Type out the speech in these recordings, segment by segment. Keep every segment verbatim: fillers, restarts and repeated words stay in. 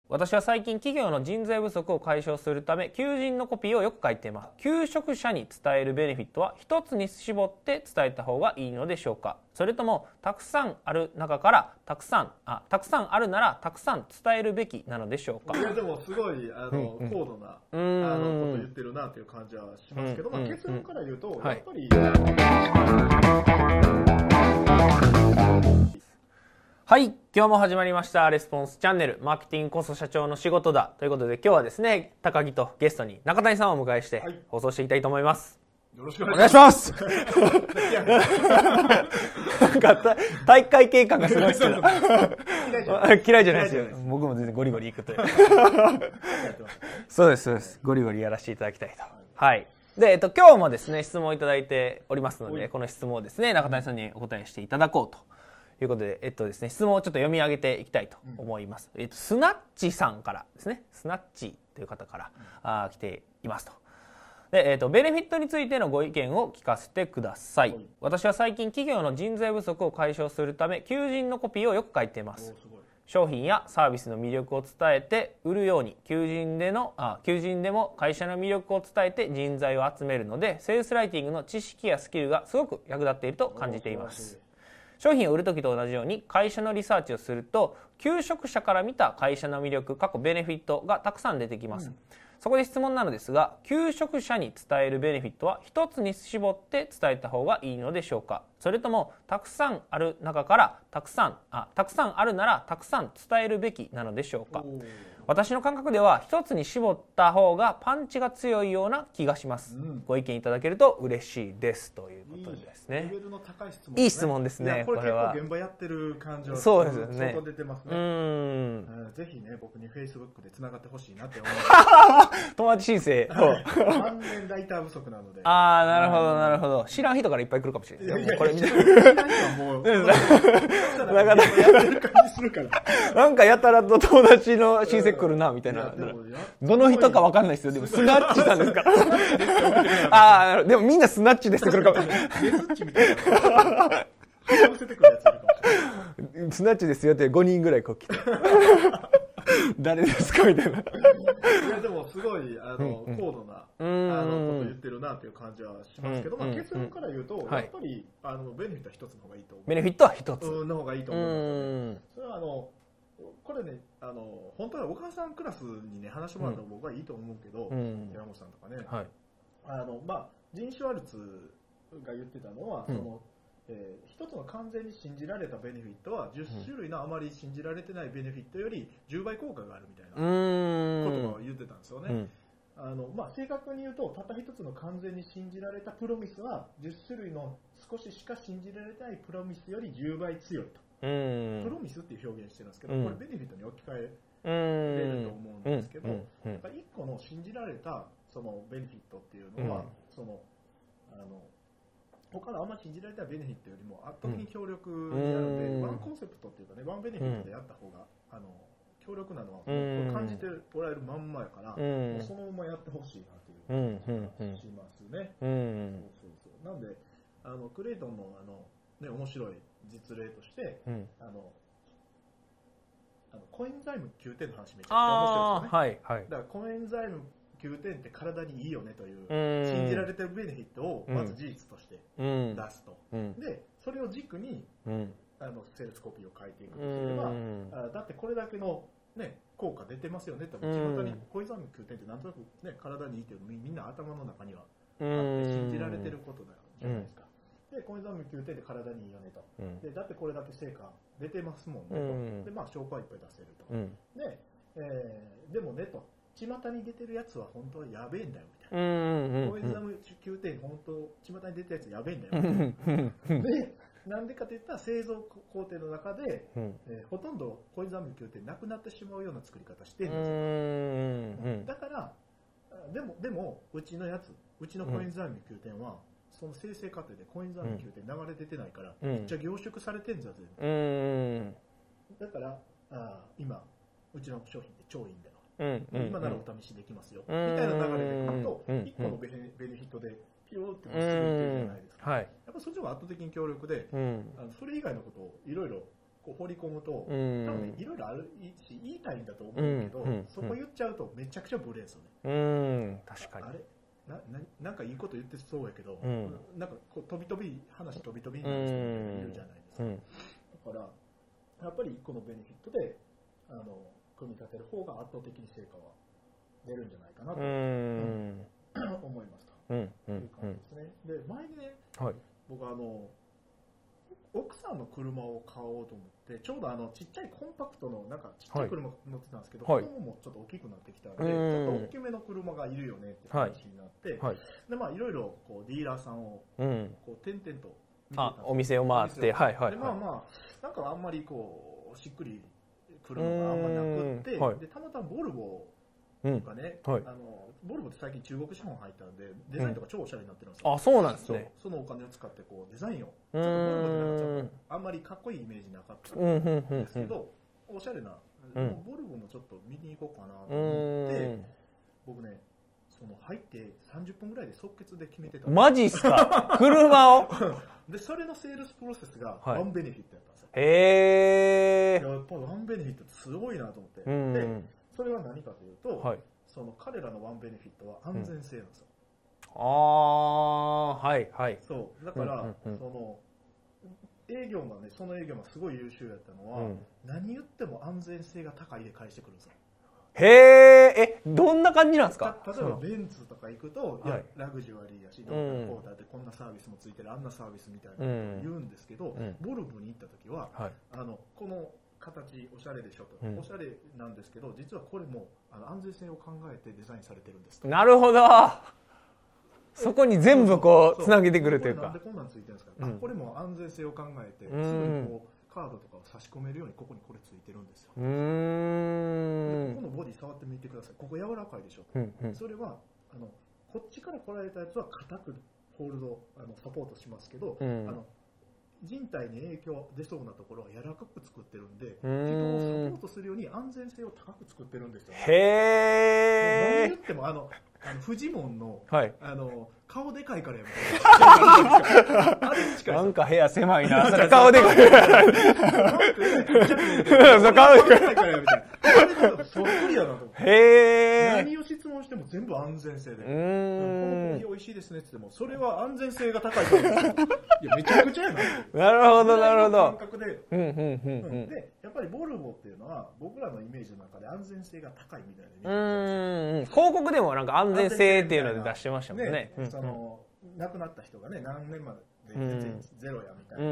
私は最近企業の人材不足を解消するため求人のコピーをよく書いています。求職者に伝えるベネフィットは一つに絞って伝えた方がいいのでしょうか。それともたくさんある中からたくさんあたくさんあるならたくさん伝えるべきなのでしょうか。 いやでもすごいあの、うん、高度なあのこと言ってるなという感じはしますけど、まあ、結論から言うと、うん、やっぱり、はいはい、今日も始まりましたレスポンスチャンネル、マーケティングこそ社長の仕事だということで、今日はですね高木とゲストに中谷さんをお迎えして放送していきたいと思います。 よろしくお願いします。 なんか大会計画がすごいですけど嫌いじゃないですよ。僕も全然ゴリゴリいくというそうですそうです、ゴリゴリやらせていただきたいと。はい、で、えっと、今日もですね質問をいただいておりますので、この質問をですね中谷さんにお答えしていただこうとということで、えっとですね、質問をちょっと読み上げていきたいと思います。うん、えっと、スナッチさんからですね、スナッチという方から、うん、あ来ていますと。で、えっと、ベネフィットについてのご意見を聞かせてください。うん、私は最近企業の人材不足を解消するため、求人のコピーをよく書いています。商品やサービスの魅力を伝えて売るように、求人でのあ求人でも会社の魅力を伝えて人材を集めるので、セールスライティングの知識やスキルがすごく役立っていると感じています。商品を売るときと同じように会社のリサーチをすると求職者から見た会社の魅力過去ベネフィットがたくさん出てきます。うん、そこで質問なのですが、求職者に伝えるベネフィットは一つに絞って伝えた方がいいのでしょうか。それともたくさんある中からたくさんあたくさんあるならたくさん伝えるべきなのでしょうか。私の感覚では一つに絞った方がパンチが強いような気がします。うん、ご意見いただけると嬉しいですということですね。 いいレベルの高い質問ですね。 いい質問ですね。 これ結構現場やってる感じはそうですよね。 相当出てますね。うん、ぜひね僕に Facebook でつながってほしいなって思います。 友達申請。 万年ライター不足なので。 ああなるほどなるほど。知らん人からいっぱい来るかもしれないですよ。これ見て。 知らん人はもう。なかなかやってる感じするから。 なんかやたらと友達の申請来るなみたいな。どの人かわかんないですよ。でもスナッチさんですから。ああでもみんなスナッチですくるかも。スナッチですよってごにんぐらいこう来て。誰ですかみたいな。いやでもすごいあの、うん、高度なあのこと言ってるなという感じはしますけど、うん、まあ、結論から言うと、うん、やっぱりあのベネフィットは一つの方がいいと思う。 ベネフィットは一つの方がいいと思うんですよね。それはあのこれねあの本当はお母さんクラスにね話してもらった方が僕はいいと思うけど、うん、山本さんとかね、はい、あのまあジン・シュワルツが言ってたのは、うん、そのえー、一つの完全に信じられたベネフィットはじゅっしゅるいのあまり信じられてないベネフィットよりじゅうばい効果があるみたいな言葉を言ってたんですよね。うん、あのまあ、正確に言うとたった一つの完全に信じられたプロミスはじゅっしゅるいの少ししか信じられないプロミスよりじゅうばい強いと。プロミスっていう表現してるんですけど、これベネフィットに置き換えれると思うんですけど、やっぱりいっこの信じられたそのベネフィットっていうのは、そのあの他のあんまり信じられたベネフィットよりも圧倒的に強力になるので、うん、ワンコンセプトっていうかね、ワンベネフィットでやった方が、うん、あの強力なのは、うん、感じてもらえるまんまやから、うん、もうそのままやってほしいなという感じがしますね。そうそうそう。なんであのクレイトンのあのね面白い実例として、うん、あのあのコエンザイムきゅうてんの話めちゃくちゃ面白いですよね。はいはい、だからコエンザイムきゅうてんって体にいいよねという信じられてるベネフィットをまず事実として出すと、うん、でそれを軸に、うん、あのセールスコピーを書いていくとすれば、うん、あだってこれだけの、ね、効果出てますよねと、うん、巷にコエンザイムきゅうてんってなんとなく、ね、体にいいっていうのみんな頭の中にはあって信じられてることじゃないですか。でコエンザイムきゅうてんって体にいいよねと、うん、でだってこれだけ成果出てますもんねと、うん、でまあ証拠はいっぱい出せると、うん、で、えー、でもねと巷に出てるやつは本当はやべえんだよみたいな。コエンザイムきゅうてん本当巷に出てるやつやべえんだよ。で、なんでかといったら製造工程の中で、うんえー、ほとんどコエンザイムきゅうてんなくなってしまうような作り方してるんですよ。だからでもでもうちのやつ、うちのコエンザイムきゅうてんは、その生成過程でコエンザイムきゅうてん流れ出てないから、うん、めっちゃ凝縮されてんじゃん。だからあ今うちの商品って超いいんだよ。うんうん、今ならお試しできますよ、うん、みたいな流れで来ると、うん、いっこのベネ、ベネフィットでピローって結びついてるじゃないですか、うんはい、やっぱそっちの方が圧倒的に強力で、うん、あのそれ以外のことをいろいろこう掘り込むと、多分ねいろいろあるし言いたいんだと思うけど、うんうん、そこ言っちゃうとめちゃくちゃブレですよね。 うん、確かに。 あれなななんかいいこと言ってそうやけど、うん、なんかこう飛び飛び話飛び飛びになる人がいるじゃないですか。うん、だからやっぱりいっこのベネフィットであの組み立てる方が圧倒的に成果は出るんじゃないかなと、うん、思いますと、うん、いう感じですね。で前にね、はい、僕あの奥さんの車を買おうと思ってちょうどあのちっちゃいコンパクトのなんかちっちゃい車乗ってたんですけど、はい、子供もちょっと大きくなってきたので、はい、ちょっと大きめの車がいるよねって話になって、はい、でまあいろいろこうディーラーさんをこう点々と見てたんです、 あお店を回ってはいはい、はい、 でまあまあなんかあんまりこうしっくり車があんまりなくって、はい、でたまたまボルボとかね、うんはい、あのボルボって最近中国資本入ったんでデザインとか超おしゃれになってるんですよ、 うん、あそうなんですね。 そ, そのお金を使ってこうデザインをちょっとボルボってなんかちょっとあんまりかっこいいイメージなかったんですけど、おしゃれな、うん、ボルボもちょっと見に行こうかなと思って、僕ねその入ってさんじゅっぷんぐらいで即決で決めてた。 マジっすか車をでそれのセールスプロセスがワンベネフィットやったんですよ。 へー、 やっぱワンベネフィットってすごいなと思って、うん、でそれは何かというと、はい、その彼らのワンベネフィットは安全性なんですよ、 うん、ああはいはい。 そうだから、うんうんうん、その営業がねその営業がすごい優秀やったのは、うん、何言っても安全性が高いで返してくるんですよ。 へえ、えどんな感じなんですか。 例えばベンツとか行くと、いやラグジュアリーやし、どんなコーダーでこんなサービスもついてる、あんなサービスみたいなことを言うんですけど、うん、ボルボに行った時は、はい、あのこの形おしゃれでしょと、うん、おしゃれなんですけど実はこれもあの安全性を考えてデザインされてるんですと。 なるほど、そこに全部こうつなげてくるというか。 なんでこんなんついてるんですか、うん、あこれも安全性を考えてすぐにこうカードとかを差し込めるようにここにこれついてるんですよ。うーんでここのボディ触ってみてください、ここ柔らかいでしょ、うんうん、それはあのこっちから来られたやつは硬くホールドあのサポートしますけど、うん、あの人体に影響出そうなところは柔らかく作ってるんで、人をサポートするように安全性を高く作ってるんですよ、ね。へー。何言ってもあのあのフジモンの、はい、あの顔でかいからやみたいな。あれに近い。 なんか部屋狭いな。顔でかい。顔でかいからやみたいな。そっくりやなと思って。へー。何を質問しても全部安全性で。うーん。このコーヒー美味しいですねって言っても、それは安全性が高いからですよ。いやめちゃくちゃやな。 なるほどなるほど。 感覚で。うんうんうんうん。でやっぱりボルボっていうのは僕らのイメージの中で安全性が高いみたいな。 うん。広告でもなんか安全性っていうので出してましたもんね。ねその亡くなった人がね何年まで全然ゼロやみたいな、うん、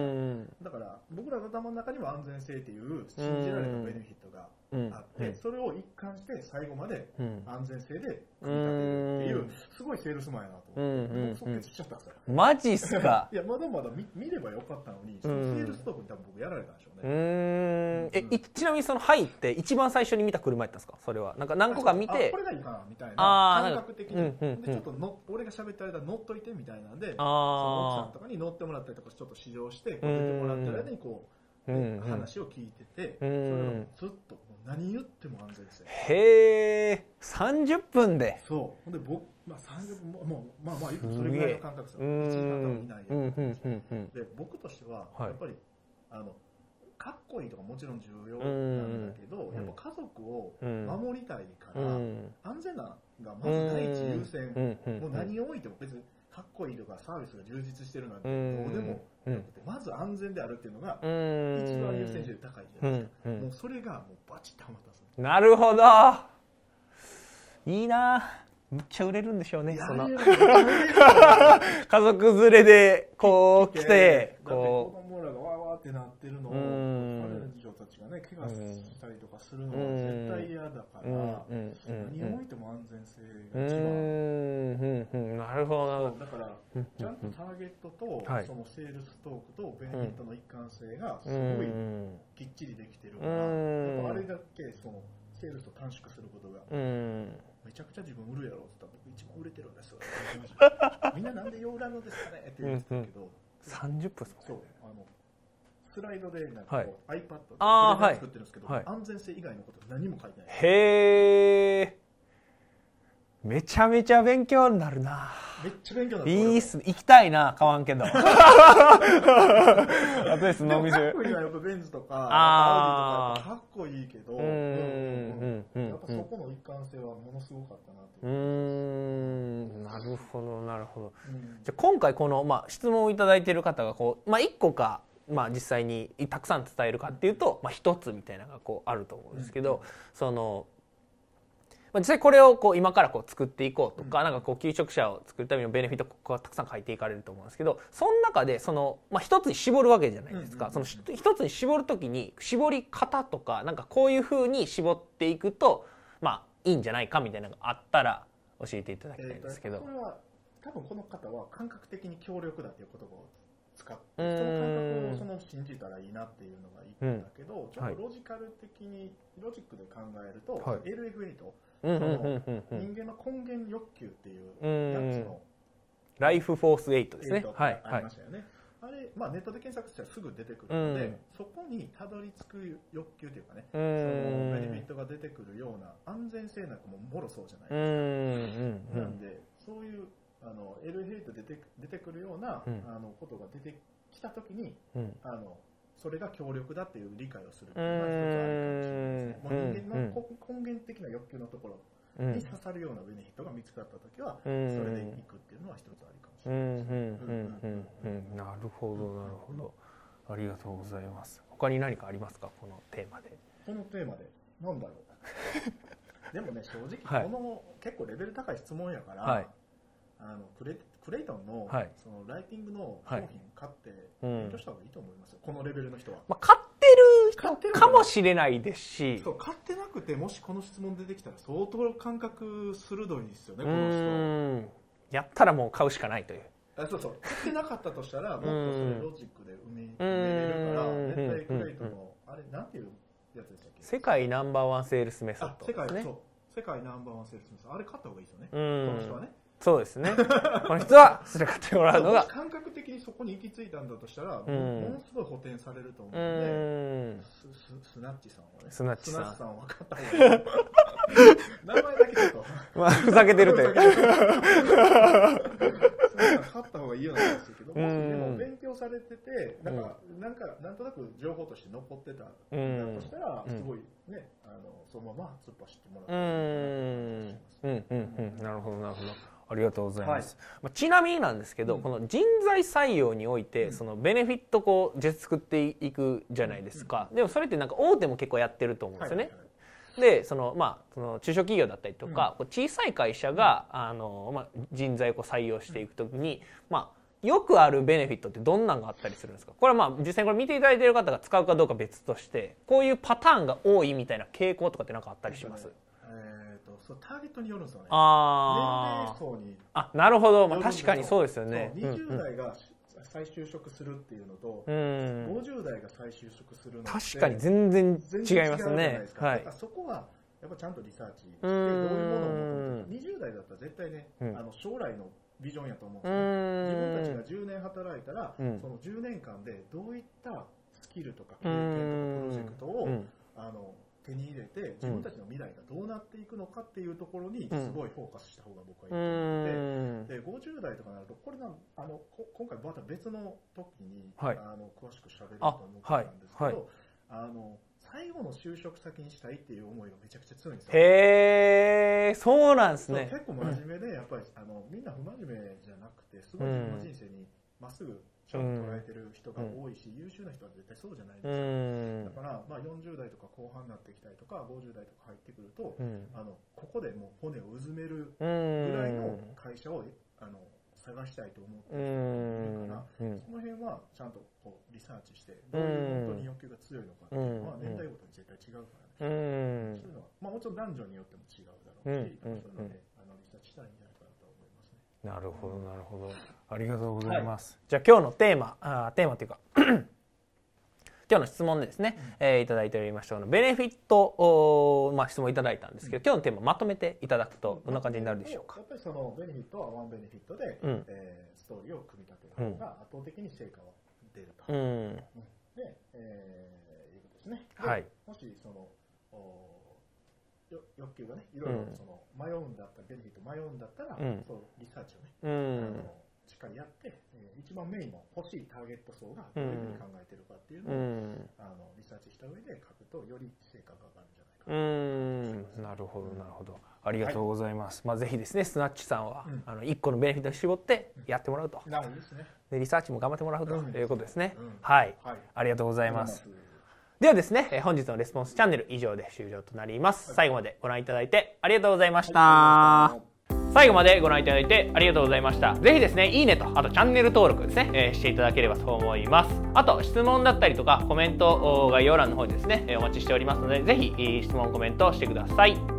だから僕らの頭の中にも安全性っていう信じられたベネフィットがあって、うん、それを一貫して最後まで安全性で組み立てるっていうすごいセールスマンやなと思って、うん、即決しちゃったんですよ。 マジっすか。 いやまだまだ 見, 見ればよかったのに、そのセールストークに多分僕やられたんでしょうね。うーんえちなみにその入って一番最初に見た車やったんですか。それはなんか何個か見てこれがいいかなみたいな感覚的に、うんうんうん、でちょっとの俺が喋った間乗っといてみたいなんで、奥さんとかに乗ってもらったりとかちょっと試乗してこう出てもらった間にこう、うんうん、話を聞いてて、それをずっと何言っても安全性。 へえさんじゅっぷんで。 そうほんで僕、まあ、さんじゅっぷんももうまあまあ言うとそれぐらいの感覚ですよ。いちじかん多分見ないよ。で僕としてはやっぱり、はい、あのかっこいいとかもちろん重要なんだけど、やっぱ家族を守りたいから、安全ながまず第一優先、もう何を置いても別にかっこいいとかサービスが充実してるなんてどうでもなくて、まず安全であるっていうのが一番優先順位高いじゃないですか。もうそれがもうバチッとはまったんですよ。 なるほど、いいな。めっちゃ売れるんでしょうね。その家族連れでこう来て、 こう子供らがわーわーってなってるのを彼の次女たちがね怪我したりとかするのは絶対嫌だから、何を置いても安全性が一番。 なるほど。 だからちゃんとターゲットとそのセールストークとベネフィットの一貫性がすごいきっちりできてるから、やっぱあれだけそのセールスを短縮することがめちゃくちゃ自分売るやろって言ったら僕一番売れてるんですよ。みんななんでヨーランドですかねって言うんですけど、うんうん、 さんじゅっぷんですか。 そうあのスライドでなんかこう、はい、iPad でプレゼン作ってるんですけど、はい、安全性以外のこと何も書いてない。 へー、めちゃめちゃ勉強になるな。 めっちゃ勉強になる。 いいっすね。行きたいな、買わんけど。あとです、飲みかっこいいのはやっぱベンツとか、 あアウディとかかっこいいけど、 うんうんうん、 やっぱそこの一貫性はものすごかったなと。 うーん、なるほどなるほど。うん、じゃあ今回この、まあ、質問をいただいている方がこう、まあ、いっこか、まあ、実際にたくさん伝えるかっていうと、まあ、ひとつみたいなのがこうあると思うんですけど、うん、その実際これをこう今からこう作っていこうとか、うん、なんかこう求職者を作るためのベネフィットをたくさん書いていかれると思うんですけど、その中でその、まあ、一つに絞るわけじゃないですか。その一つに絞るときに絞り方とか、なんかこういうふうに絞っていくとまあいいんじゃないかみたいなのがあったら教えていただきたいんですけど、 えー、これは多分この方は感覚的に強力だという言葉を使って、その感覚をその信じたらいいなっていうのがいいんだけど、うん、ちょっとロジカル的にロジックで考えると、はい、エルエフエイト、その人間の根源欲求っていうやつのライフフォースエイトですね。 はい、ありましたよね。あれ、まあ、ネットで検索したらすぐ出てくるので、うん、そこにたどり着く欲求というかね、そのベネフィットが出てくるような安全性なんかももろそうじゃないですか。なんでそういうあの エルエフエイトで出て、出てくるような、うん、あのことが出てきたときに、うん、あのそれが強力だっていう理解をするっていうのが一つあるかもしれないですね。もう人間の根源的な欲求のところに刺さるようなベネフィットが見つかったときは、それでいくっていうのは一つあるかもしれないですね。 なるほどなるほど。ありがとうございます。他に何かありますか、このテーマで。 このテーマでなんだろう。でもね、正直、はい、この結構レベル高い質問やから。はい、あのクレクレイトン の,、はい、そのライティングの商品買って勉強した方がいいと思いますよ、うん、このレベルの人は、 まあ、買ってる人かもしれないですし、 そう買ってなくてもしこの質問出てきたら相当感覚鋭いですよね、この人。やったらもう買うしかないという。 あ、そうそう、買ってなかったとしたらもっとそれロジックで埋めれるから絶対クレイトンのあれなんていうやつでしたっけ、 世界ナンバーワンセールスメソッドですね。 世界、そう、世界ナンバーワンセールスメソッド、あれ買った方がいいですよね、この人はね。 そうですね。この人はそれ買ってもらうのが感覚的にそこに行き着いたんだとしたら、うん、ものすごい補填されると思うので、うん、ス, スナッチさんはね、 スナッチさん、 スナッチさんは分かった方がいい。名前だけちょっと、まあ、 ふざけてるという。 買った方がいいようなんですけど、もしでも勉強されてて、なんか、うん、なんかなんとなく情報として残ってたんだとしたら、うん、すごいね、あのそのまま突っ走ってもらってうんうんうんうん、なるほどなるほど。ありがとうございます。はい、ちなみになんですけど、うん、この人材採用において、うん、そのベネフィットこう実作っていくじゃないですか。うん、でもそれってなんか大手も結構やってると思うんですよね。はいはいはい、で、そのまあその中小企業だったりとか、うん、小さい会社が、うん、あのまあ人材をこう採用していくときに、まあよくあるベネフィットってどんなのがあったりするんですか。これはまあ実際にこれ見ていただいている方が使うかどうか別として、こういうパターンが多いみたいな傾向とかって何かあったりします？ そうターゲットによるんですよね。 あ年齢層に。 あ、なるほど。まあ、確かにそうですよね。 にじゅう代が再就職するっていうのと、うん、ごじゅう代が再就職するのって確かに全然違いますね。 はい。だからそこはやっぱちゃんとリサーチしてどういうものを求めてるか。にじゅう代だったら絶対ね、うん、あの将来のビジョンやと思うんですよ。自分たちがじゅうねん働いたら、うん、そのじゅうねんかんでどういったスキルとか経験とかプロジェクトを、うん、あの手に入れて自分たちの未来がどうなっていくのかっていうところにすごいフォーカスした方が僕はいいと思って、でごじゅう代とかになるとこれなあの今回また別の時に、はい、あの詳しく喋ると思ってたんですけど、はいはい、あの最後の就職先にしたいっていう思いがめちゃくちゃ強いんですよ。 へー、そうなんですね。 結構真面目でやっぱりあのみんな不真面目じゃなくてすごい自分の人生にまっすぐちゃんと捉えてる人が多いし、うん、優秀な人は絶対そうじゃないですか。だから、まあ、よんじゅう代とか後半になってきたりとかごじゅう代とか入ってくると、うん、あのここでもう骨をうずめるぐらいの会社をあの探したいと思ってる人がいるから、うん、その辺はちゃんとこうリサーチしてどういう本当に欲求が強いのかっていうのは年代ごとに絶対違うからね、うん、そういうのは、まあ、もちろん男女によっても違うだろうし、うん、そういうので、あのリサーチしたらいいんじゃないかなと思いますね。 なるほどなるほど、ありがとうございます。はい、じゃあ今日のテーマ、あテーマというか今日の質問でですね、うん、えー、いただいておりましたベネフィット、まあ、質問いただいたんですけど、うん、今日のテーマまとめていただくとどんな感じになるでしょうか。 やっぱりそのベネフィットはワンベネフィットで、うん、えー、ストーリーを組み立てる方が圧倒的に成果は出ると、うんうん、で、えー、いうことですね。はい、もしその欲求がねいろいろその迷うんだったらベネフィット迷うんだったら、うん、そうリサーチをね、うん、あのしっかりやって、えー、一番メインの欲しいターゲット層がどういうふうに考えてるかっていうのを、うん、あのリサーチした上で書くとより成果が上がるんじゃないかな。 うん、なるほどなるほど、ありがとうございます、はい、まあ、ぜひですねスナッチさんは、うん、あのいっこのベネフィットを絞ってやってもらうと、 うん、なるほどですね、 でリサーチも頑張ってもらうということですね、 うん、 はい、 はい、 ありがとうございます。ではですね、本日のレスポンスチャンネル以上で終了となります。最後までご覧いただいてありがとうございました。はい、最後までご覧いただいてありがとうございました。ぜひですね、いいねと、あとチャンネル登録ですね、えー、していただければと思います。あと、質問だったりとか、コメント概要欄の方にですね、お待ちしておりますので、ぜひ質問、コメントしてください。